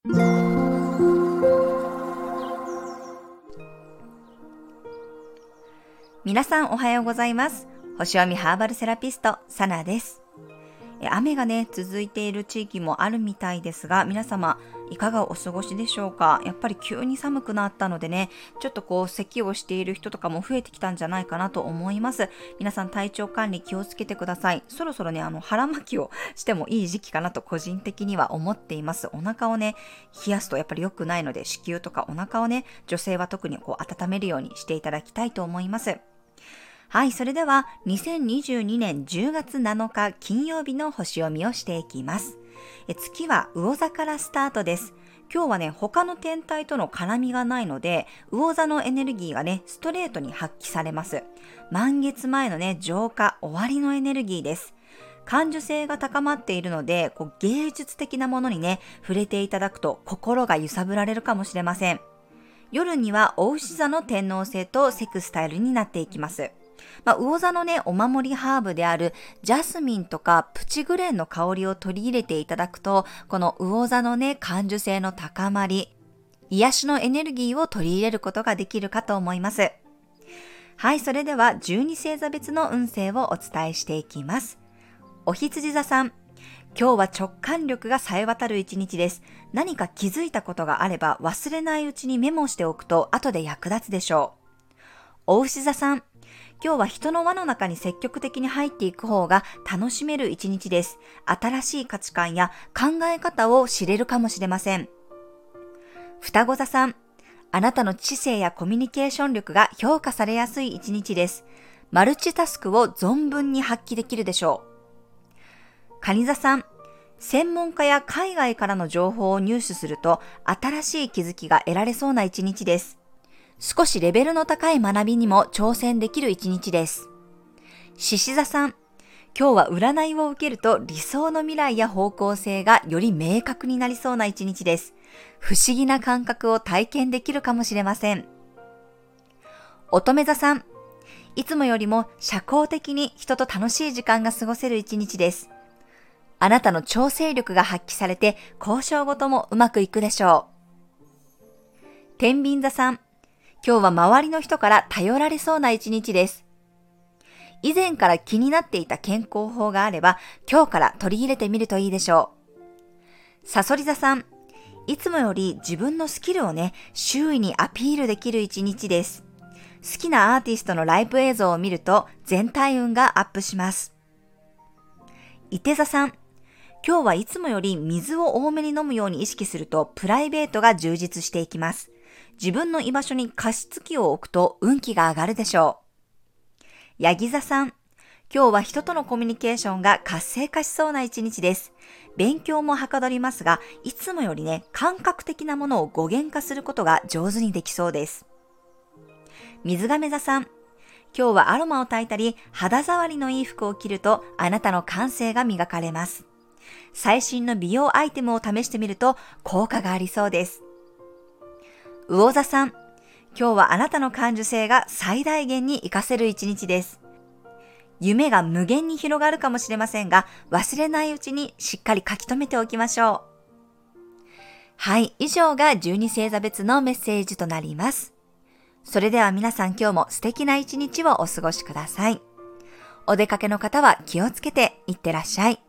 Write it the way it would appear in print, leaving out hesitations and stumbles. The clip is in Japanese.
皆さんおはようございます。星読みハーバルセラピストサナです。雨が続いている地域もあるみたいですが、皆様いかがお過ごしでしょうか。やっぱり急に寒くなったのでちょっと咳をしている人とかも増えてきたんじゃないかなと思います。皆さん体調管理気をつけてください。そろそろ腹巻きをしてもいい時期かなと個人的には思っています。お腹を冷やすとやっぱり良くないので、子宮とかお腹を女性は特に温めるようにしていただきたいと思います。はい、それでは2022年10月7日金曜日の星読みをしていきます。月は魚座からスタートです。今日は他の天体との絡みがないので、魚座のエネルギーがストレートに発揮されます。満月前の浄化、終わりのエネルギーです。感受性が高まっているので、芸術的なものに触れていただくと心が揺さぶられるかもしれません。夜には牡牛座の天王星とセクスタイルになっていきます。魚座のお守りハーブであるジャスミンとかプチグレンの香りを取り入れていただくと、この魚座の感受性の高まり、癒しのエネルギーを取り入れることができるかと思います。はい、それでは12星座別の運勢をお伝えしていきます。お羊座さん、今日は直感力が冴え渡る一日です。何か気づいたことがあれば忘れないうちにメモしておくと後で役立つでしょう。お牛座さん、今日は人の輪の中に積極的に入っていく方が楽しめる一日です。新しい価値観や考え方を知れるかもしれません。双子座さん、あなたの知性やコミュニケーション力が評価されやすい一日です。マルチタスクを存分に発揮できるでしょう。蟹座さん、専門家や海外からの情報を入手すると新しい気づきが得られそうな一日です。少しレベルの高い学びにも挑戦できる一日です。獅子座さん、今日は占いを受けると理想の未来や方向性がより明確になりそうな一日です。不思議な感覚を体験できるかもしれません。乙女座さん、いつもよりも社交的に人と楽しい時間が過ごせる一日です。あなたの調整力が発揮されて交渉ごともうまくいくでしょう。天秤座さん、今日は周りの人から頼られそうな一日です。以前から気になっていた健康法があれば、今日から取り入れてみるといいでしょう。蠍座さん、いつもより自分のスキルを周囲にアピールできる一日です。好きなアーティストのライブ映像を見ると全体運がアップします。射手座さん、今日はいつもより水を多めに飲むように意識するとプライベートが充実していきます。自分の居場所に加湿器を置くと運気が上がるでしょう。ヤギ座さん、今日は人とのコミュニケーションが活性化しそうな一日です。勉強もはかどりますが、いつもより感覚的なものを語源化することが上手にできそうです。水亀座さん、今日はアロマを焚いたり、肌触りのいい服を着るとあなたの感性が磨かれます。最新の美容アイテムを試してみると効果がありそうです。魚座さん、今日はあなたの感受性が最大限に活かせる一日です。夢が無限に広がるかもしれませんが、忘れないうちにしっかり書き留めておきましょう。はい、以上が12星座別のメッセージとなります。それでは皆さん、今日も素敵な一日をお過ごしください。お出かけの方は気をつけていってらっしゃい。